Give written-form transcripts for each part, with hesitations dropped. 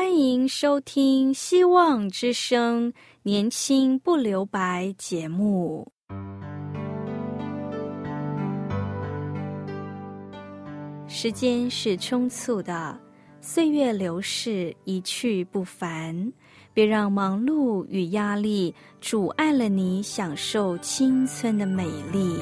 欢迎收听希望之声年轻不留白节目。时间是匆促的，岁月流逝，一去不返。别让忙碌与压力阻碍了你享受青春的美丽。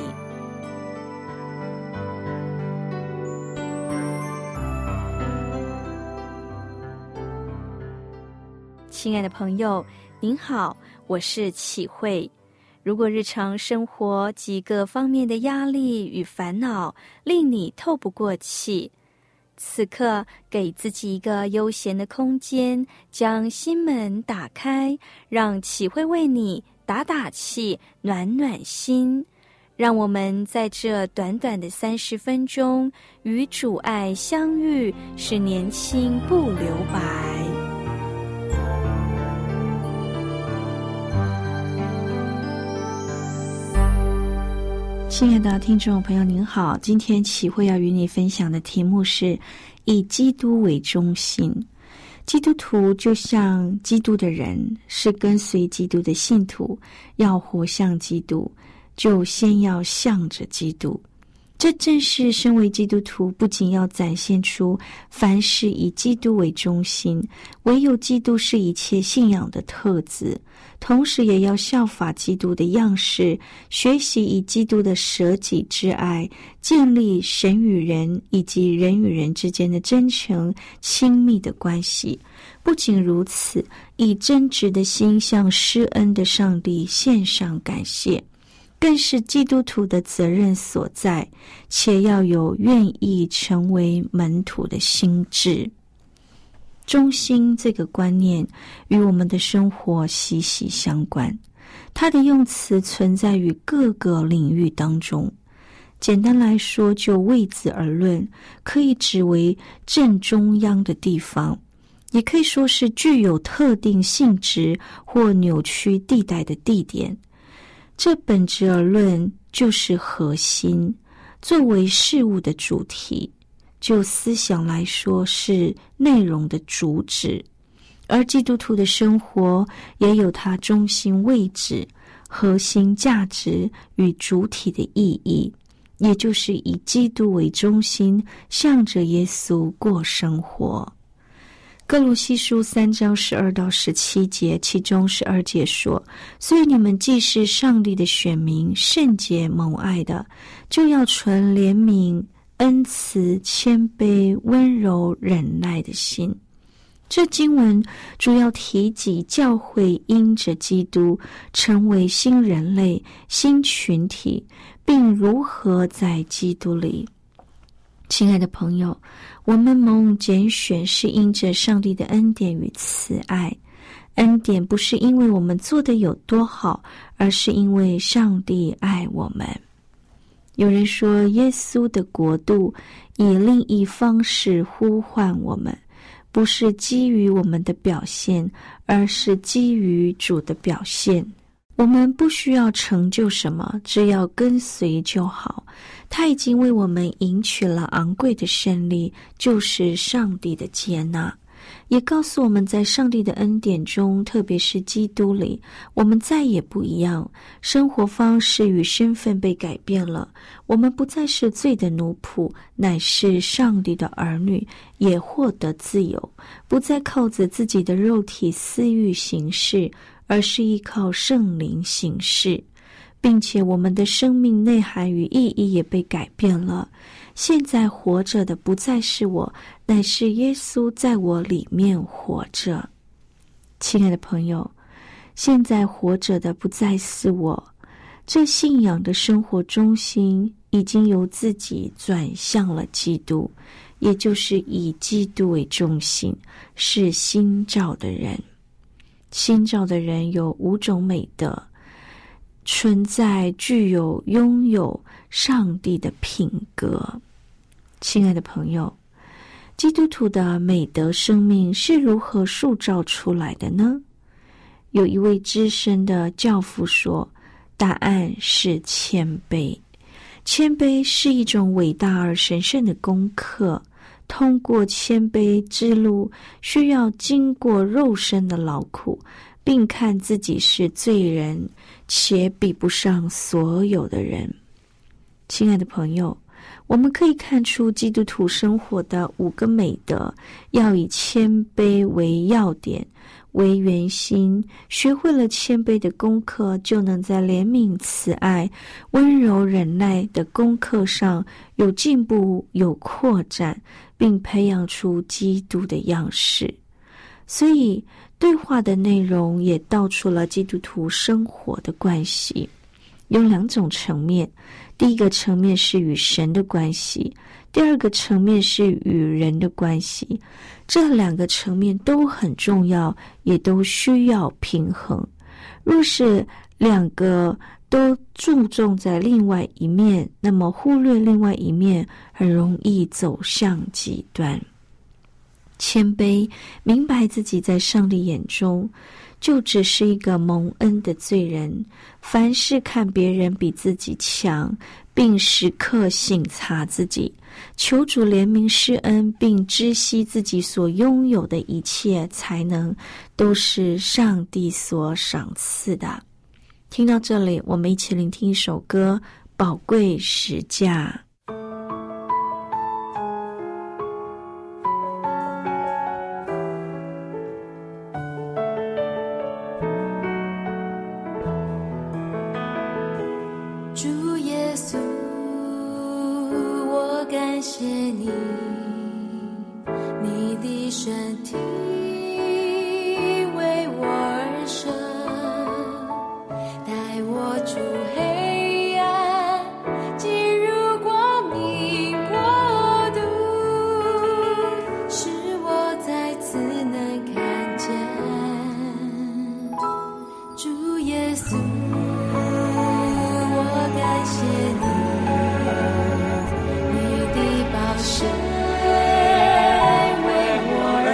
亲爱的朋友，您好，我是启慧。如果日常生活几个方面的压力与烦恼令你透不过气，此刻给自己一个悠闲的空间，将心门打开，让启慧为你打打气，暖暖心。让我们在这短短的30分钟与主爱相遇，使年轻不留白。亲爱的听众朋友您好，今天启慧要与你分享的题目是以基督为中心。基督徒就像基督的人，是跟随基督的信徒，要活像基督，就先要向着基督。这正是身为基督徒不仅要展现出凡事以基督为中心，唯有基督是一切信仰的特质，同时也要效法基督的样式，学习以基督的舍己之爱，建立神与人以及人与人之间的真诚亲密的关系。不仅如此，以真挚的心向施恩的上帝献上感谢，更是基督徒的责任所在，且要有愿意成为门徒的心志。中心这个观念与我们的生活息息相关，它的用词存在于各个领域当中。简单来说，就位置而论，可以指为正中央的地方，也可以说是具有特定性质或扭曲地带的地点。这本质而论就是核心，作为事物的主题，就思想来说是内容的主旨。而基督徒的生活也有它中心位置、核心价值与主体的意义，也就是以基督为中心，向着耶稣过生活。哥罗西书3章12到17节，其中12节说：所以你们既是上帝的选民，圣洁蒙爱的，就要存怜悯、恩慈、谦卑、温柔、忍耐的心。这经文主要提及教会因着基督成为新人类、新群体，并如何在基督里。亲爱的朋友，我们蒙拣选是因着上帝的恩典与慈爱。恩典不是因为我们做得有多好，而是因为上帝爱我们。有人说，耶稣的国度以另一方式呼唤我们，不是基于我们的表现，而是基于主的表现。我们不需要成就什么，只要跟随就好。他已经为我们赢取了昂贵的胜利，就是上帝的接纳。也告诉我们在上帝的恩典中，特别是基督里，我们再也不一样，生活方式与身份被改变了。我们不再是罪的奴仆，乃是上帝的儿女，也获得自由，不再靠着自己的肉体私欲行事，而是依靠圣灵行事，并且我们的生命内涵与意义也被改变了。现在活着的不再是我，乃是耶稣在我里面活着。亲爱的朋友，现在活着的不再是我，这信仰的生活中心已经由自己转向了基督，也就是以基督为中心，是新造的人。新造的人有5种美德，存在具有拥有上帝的品格。亲爱的朋友，基督徒的美德生命是如何塑造出来的呢？有一位资深的教父说，答案是谦卑。谦卑是一种伟大而神圣的功课， 通过谦卑之路，需要经过肉身的劳苦，并看自己是罪人，且比不上所有的人。亲爱的朋友，我们可以看出基督徒生活的5个美德，要以谦卑为要点，为圆心。学会了谦卑的功课，就能在怜悯、慈爱、温柔、忍耐的功课上有进步、有扩展，并培养出基督的样式。所以对话的内容也道出了基督徒生活的关系，有2种层面。第一个层面是与神的关系，第二个层面是与人的关系。这2个层面都很重要，也都需要平衡。若是2个都注重在另外一面，那么忽略另外一面，很容易走向极端。谦卑，明白自己在上帝眼中就只是一个蒙恩的罪人，凡事看别人比自己强，并时刻省察自己，求主怜悯施恩，并知悉自己所拥有的一切才能都是上帝所赏赐的。听到这里，我们一起聆听一首歌《宝贵十架》。 主耶稣，我感谢你，你的身体为我而生，带我出黑暗，进入光明国度，使我再次能看见主耶稣。感谢你，你的宝血为我而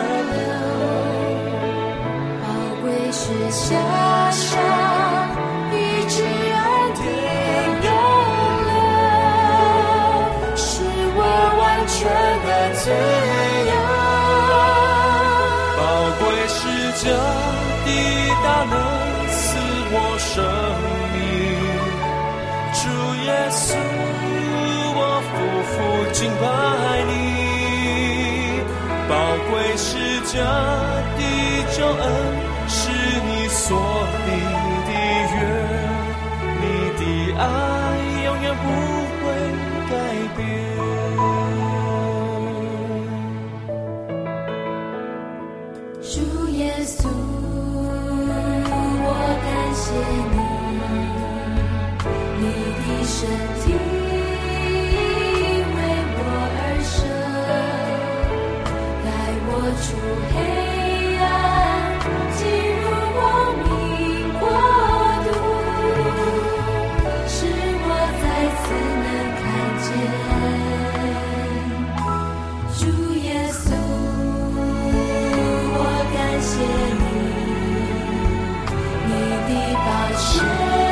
流，宝贵是加上医治恩典永留，使我完全的自由。 宝贵是这的大能赐我生命。主耶稣，我夫妇敬拜你，宝贵是这的救恩，是你所立的约，你的爱永远不会改变。 主耶稣，我感谢你，你的身体为我而生，带我出黑暗，进入光明国度，使我再次能看见主耶稣，我感谢你，你的宝血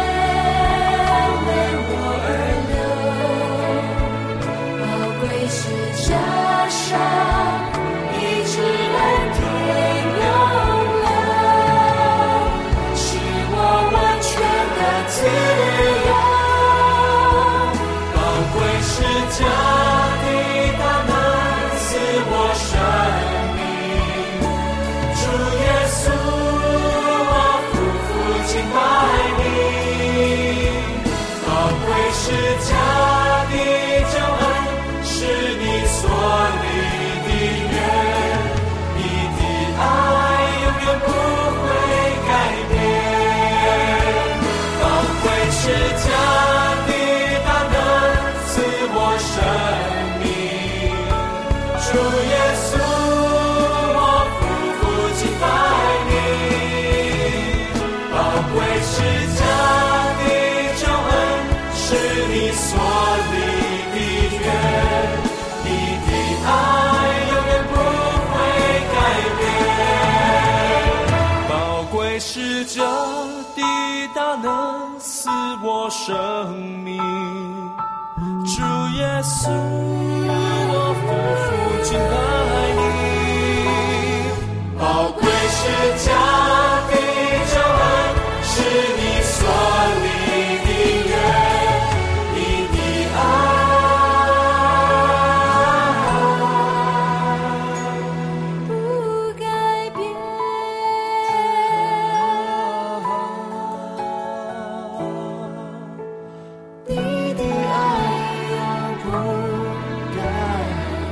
加上医治恩典永留，使我完全的自由。 宝贵是这的大能赐我生命。主耶稣，我夫妇敬拜你。宝贵是这的救恩，是你所立的约，你的爱永远不会改变。宝贵是这的大能赐我生命。主耶稣，我夫妇敬拜你。宝贵是这的救恩，是你所立的约，爱永远不会改变。宝贵是这的大能赐我生命。主耶稣，我匍匐敬拜你。宝贵是家的救恩，是你所立的约，你的爱不改变。你的爱永不改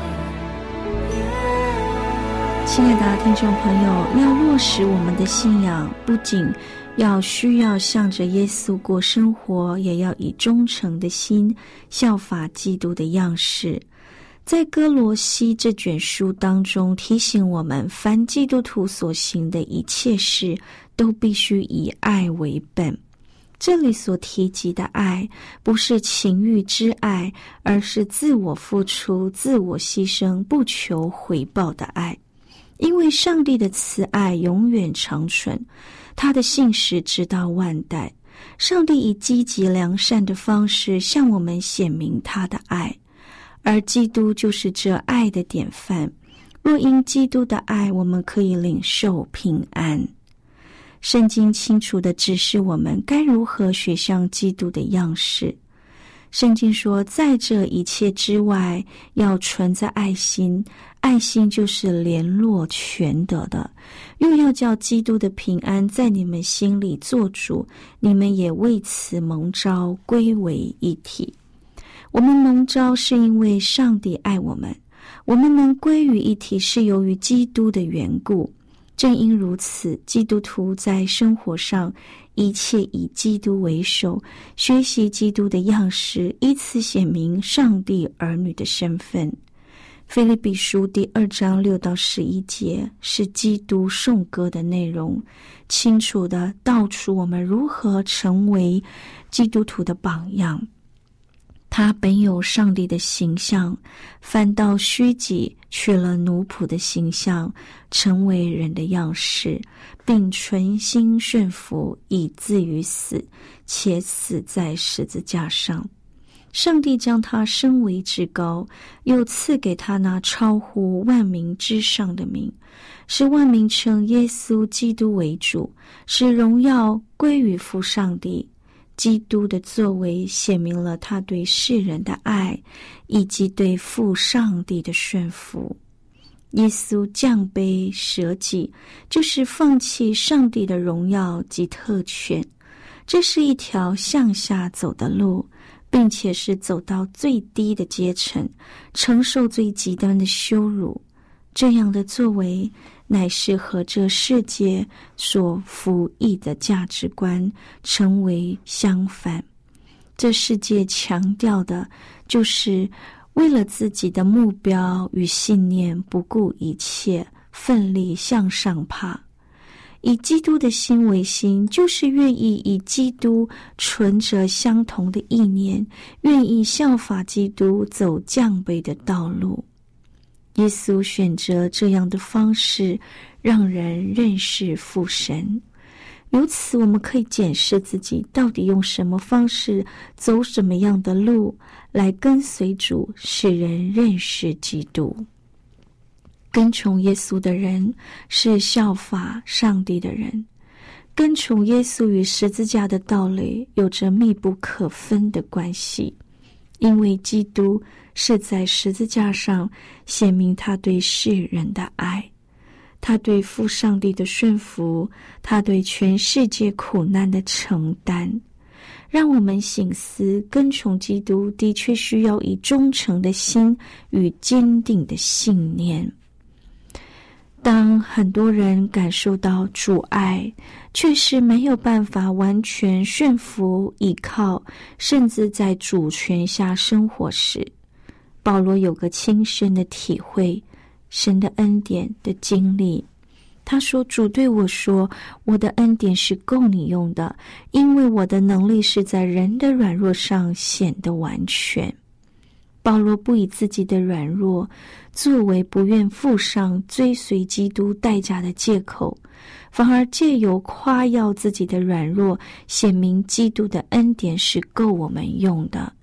变。 亲爱的听众朋友，要落实我们的信仰，不仅需要向着耶稣过生活，也要以忠诚的心效法基督的样式。在哥罗西这卷书当中提醒我们，凡基督徒所行的一切事都必须以爱为本。这里所提及的爱，不是情欲之爱，而是自我付出、自我牺牲、不求回报的爱。因为上帝的慈爱永远长存，他的信实直到万代。上帝以积极良善的方式向我们显明他的爱，而基督就是这爱的典范。若因基督的爱，我们可以领受平安。圣经清楚地指示我们该如何学像基督的样式。圣经说，在这一切之外，要存着爱心，爱心就是联络全德的，又要叫基督的平安在你们心里做主，你们也为此蒙召归为一体。我们蒙召是因为上帝爱我们，我们能归于一体是由于基督的缘故。正因如此，基督徒在生活上一切以基督为首，学习基督的样式，以此显明上帝儿女的身份。腓立比书第2章6到11节是基督颂歌的内容，清楚地道出我们如何成为基督徒的榜样。他本有上帝的形象，反倒虚己，取了奴仆的形象，成为人的样式，并存心顺服，以至于死，且死在十字架上。上帝将他升为至高，又赐给他那超乎万民之上的名，使万民称耶稣基督为主，使荣耀归于父上帝。基督的作为显明了他对世人的爱，以及对父上帝的顺服。耶稣降卑舍己，就是放弃上帝的荣耀及特权，这是一条向下走的路，并且是走到最低的阶层，承受最极端的羞辱。这样的作为乃是和这世界所服役的价值观成为相反。这世界强调的就是为了自己的目标与信念不顾一切，奋力向上爬。以基督的心为心，就是愿意以基督存着相同的意念，愿意效法基督走降卑的道路。耶稣选择这样的方式让人认识父神。由此我们可以检视自己到底用什么方式，走什么样的路来跟随主，使人认识基督。跟从耶稣的人是效法上帝的人，跟从耶稣与十字架的道理有着密不可分的关系，因为基督是在十字架上显明他对世人的爱，他对父上帝的顺服，他对全世界苦难的承担。让我们省思，跟从基督的确需要以忠诚的心与坚定的信念。当很多人感受到主爱，却是没有办法完全顺服依靠，甚至在主权下生活时，保罗有个亲身的体会，神的恩典的经历。他说，主对我说，我的恩典是够你用的，因为我的能力是在人的软弱上显得完全。保罗不以自己的软弱作为不愿付上追随基督代价的借口，反而借由夸耀自己的软弱，显明基督的恩典是够我们用的。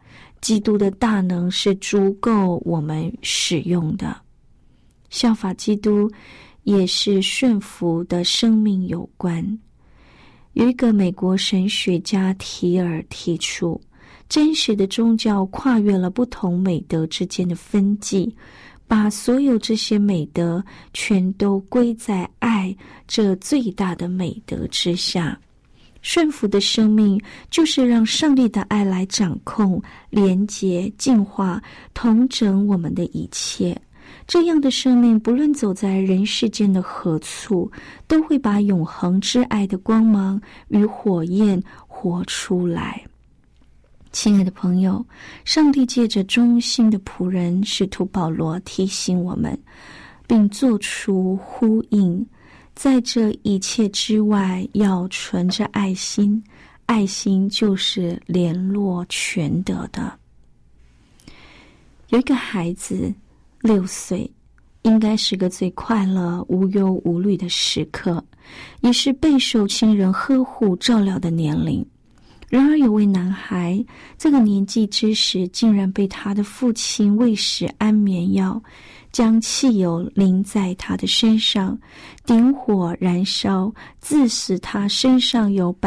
基督的大能是足够我们使用的。效法基督也是顺服的生命有关。有一个美国神学家提尔提出，真实的宗教跨越了不同美德之间的分际，把所有这些美德全都归在爱这最大的美德之下。顺服的生命就是让上帝的爱来掌控、连结、净化、统整我们的一切。这样的生命不论走在人世间的何处，都会把永恒之爱的光芒与火焰活出来。亲爱的朋友，上帝借着忠心的仆人使徒保罗提醒我们，并做出呼应，在这一切之外要存着爱心，爱心就是联络全德的。有一个孩子6岁，应该是个最快乐无忧无虑的时刻，也是备受亲人呵护照料的年龄。然而有位男孩，这个年纪之时，竟然被他的父亲喂食安眠药，将汽油淋在他的身上，点火燃烧，致使他身上有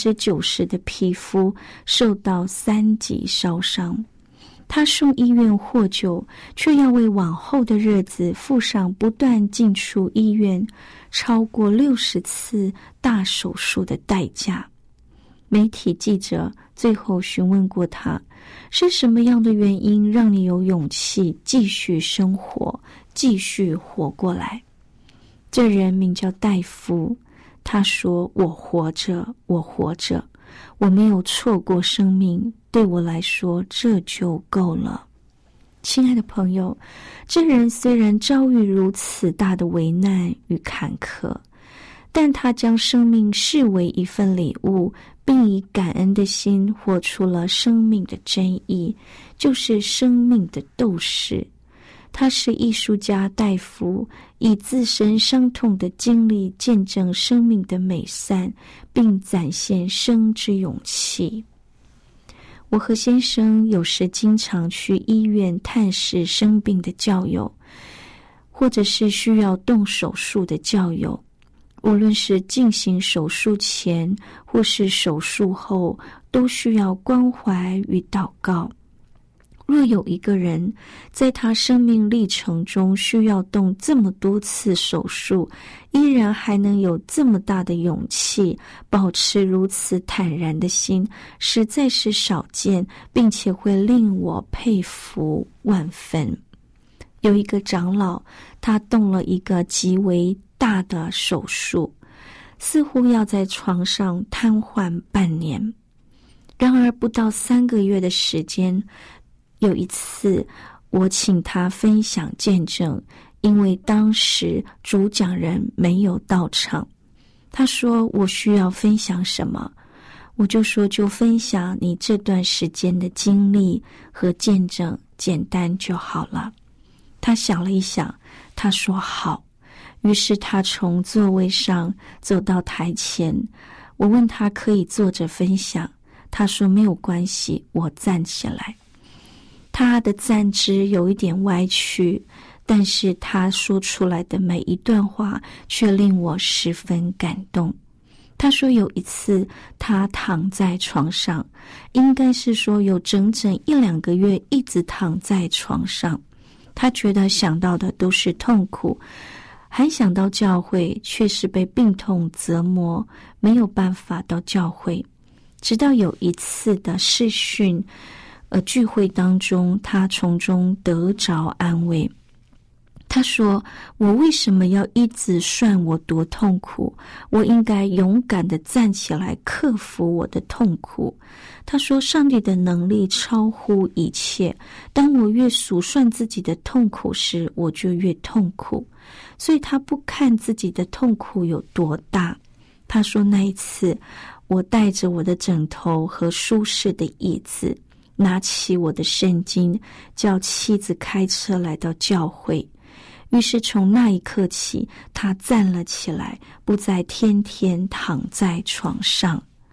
90%的皮肤受到3级烧伤。他送医院获救，却要为往后的日子付上不断进出医院超过60次大手术的代价。媒体记者最后询问过他，是什么样的原因让你有勇气继续生活，继续活过来？这人名叫戴夫，他说：我活着，我活着，我没有错过生命，对我来说这就够了。亲爱的朋友，这人虽然遭遇如此大的危难与坎坷，但他将生命视为一份礼物，并以感恩的心活出了生命的真意，就是生命的斗士。他是艺术家戴夫，以自身伤痛的经历见证生命的美善，并展现生之勇气。我和先生有时经常去医院探视生病的教友，或者是需要动手术的教友。无论是进行手术前或是手术后，都需要关怀与祷告。若有一个人在他生命历程中需要动这么多次手术，依然还能有这么大的勇气，保持如此坦然的心，实在是少见，并且会令我佩服万分。有一个长老，他动了一个极为大的手术，似乎要在床上瘫痪半年。然而不到3个月的时间，有一次我请他分享见证，因为当时主讲人没有到场。他说我需要分享什么，我就说就分享你这段时间的经历和见证，简单就好了。他想了一想，他说好。于是他从座位上走到台前，我问他可以坐着分享，他说没有关系，我站起来。他的站姿有一点歪曲，但是他说出来的每一段话却令我十分感动。他说有一次他躺在床上，应该是说有整整1-2个月一直躺在床上，他觉得想到的都是痛苦，还想到教会，却是被病痛折磨，没有办法到教会。直到有一次的视讯聚会当中，他从中得着安慰。他说，我为什么要一直算我多痛苦？我应该勇敢地站起来克服我的痛苦。他说，上帝的能力超乎一切，当我越数算自己的痛苦时，我就越痛苦。所以他不看自己的痛苦有多大。他说，那一次我带着我的枕头和舒适的椅子，拿起我的圣经，叫妻子开车来到教会。于是从那一刻起，他站了起来，不再天天躺在床上。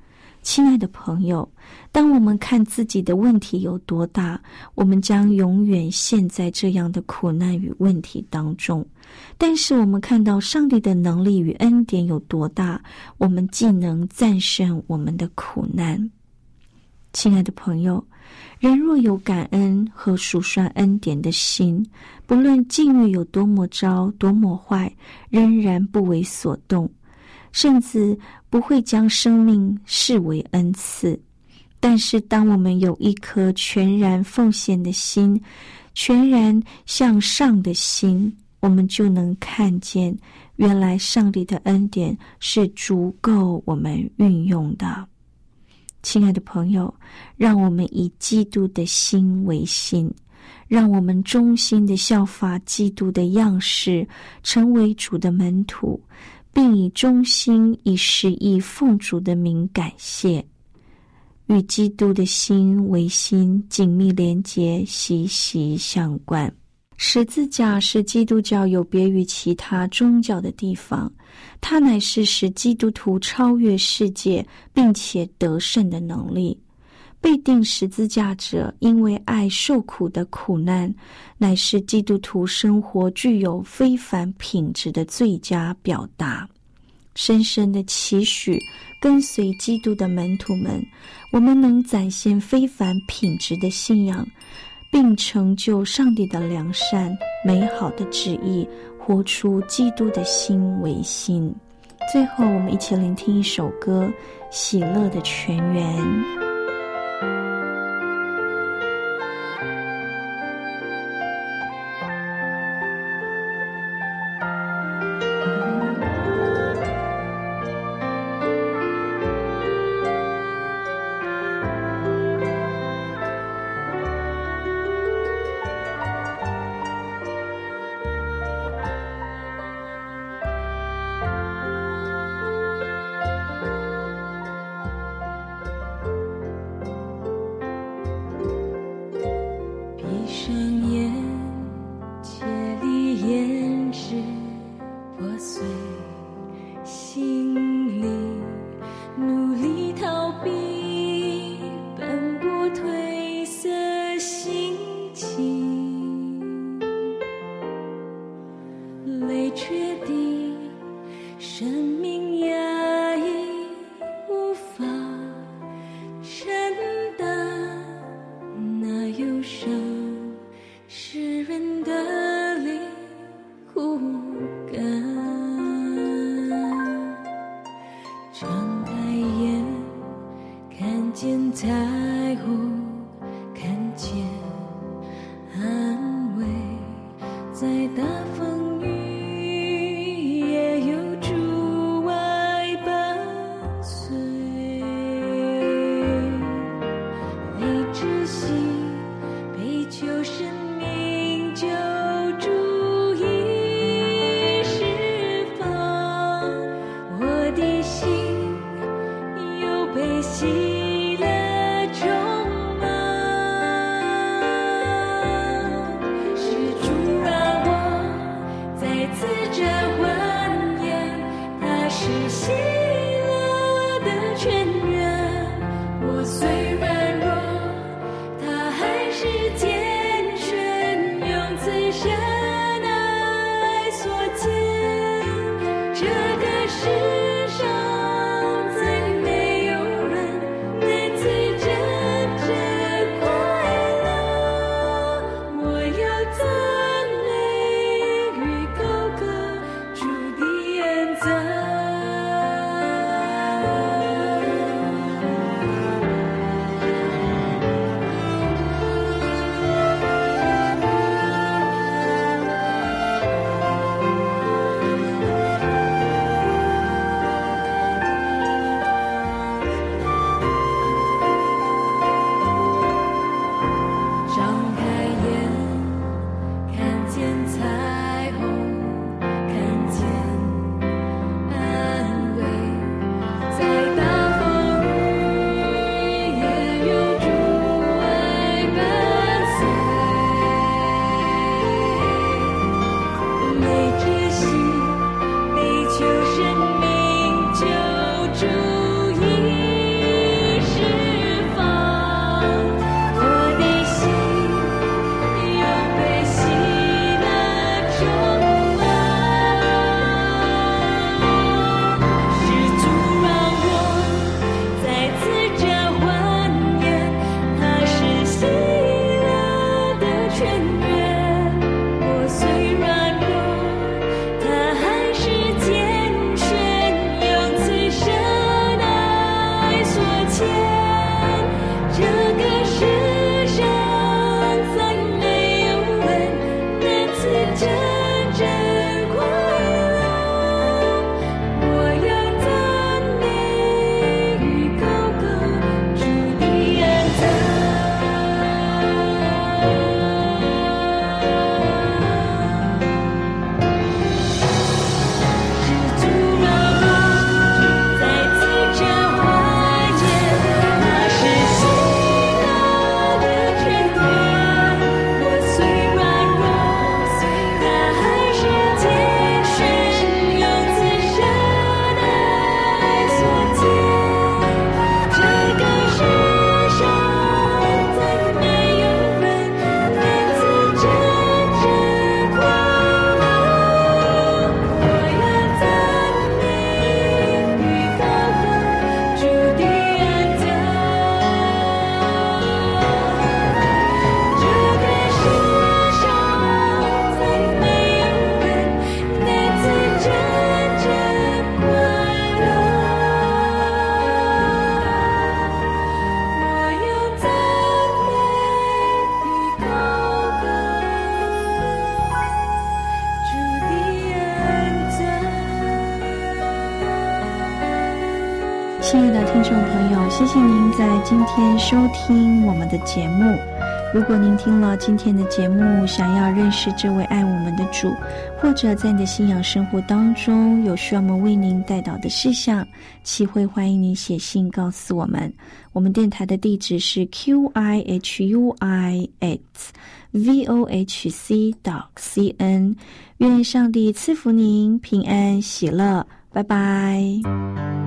亲爱的朋友，当我们看自己的问题有多大，我们将永远陷在这样的苦难与问题当中。但是我们看到上帝的能力与恩典有多大，我们既能战胜我们的苦难。亲爱的朋友，人若有感恩和数算恩典的心，不论境遇有多么糟多么坏，仍然不为所动，甚至不会将生命视为恩赐。但是当我们有一颗全然奉献的心，全然向上的心，我们就能看见原来上帝的恩典是足够我们运用的。亲爱的朋友，让我们以基督的心为心，让我们忠心的效法基督的样式，成为主的门徒，并以忠心以实意奉主的名感谢，与基督的心为心紧密连结，息息相关。十字架是基督教有别于其他宗教的地方，它乃是使基督徒超越世界并且得胜的能力。被钉十字架者因为爱受苦的苦难，乃是基督徒生活具有非凡品质的最佳表达。深深的期许跟随基督的门徒们，我们能展现非凡品质的信仰，并成就上帝的良善美好的旨意，活出基督的心为心。最后我们一起聆听一首歌，喜乐的泉源。 喜乐亲爱的听众朋友，谢谢您在今天收听我们的节目。如果您听了今天的节目，想要认识这位爱我们的主，或者在你的信仰生活当中有需要我们为您代祷的事项，祈会欢迎您写信告诉我们。我们电台的地址是 QIHUI@vohc.cn。愿上帝赐福您平安喜乐，拜拜。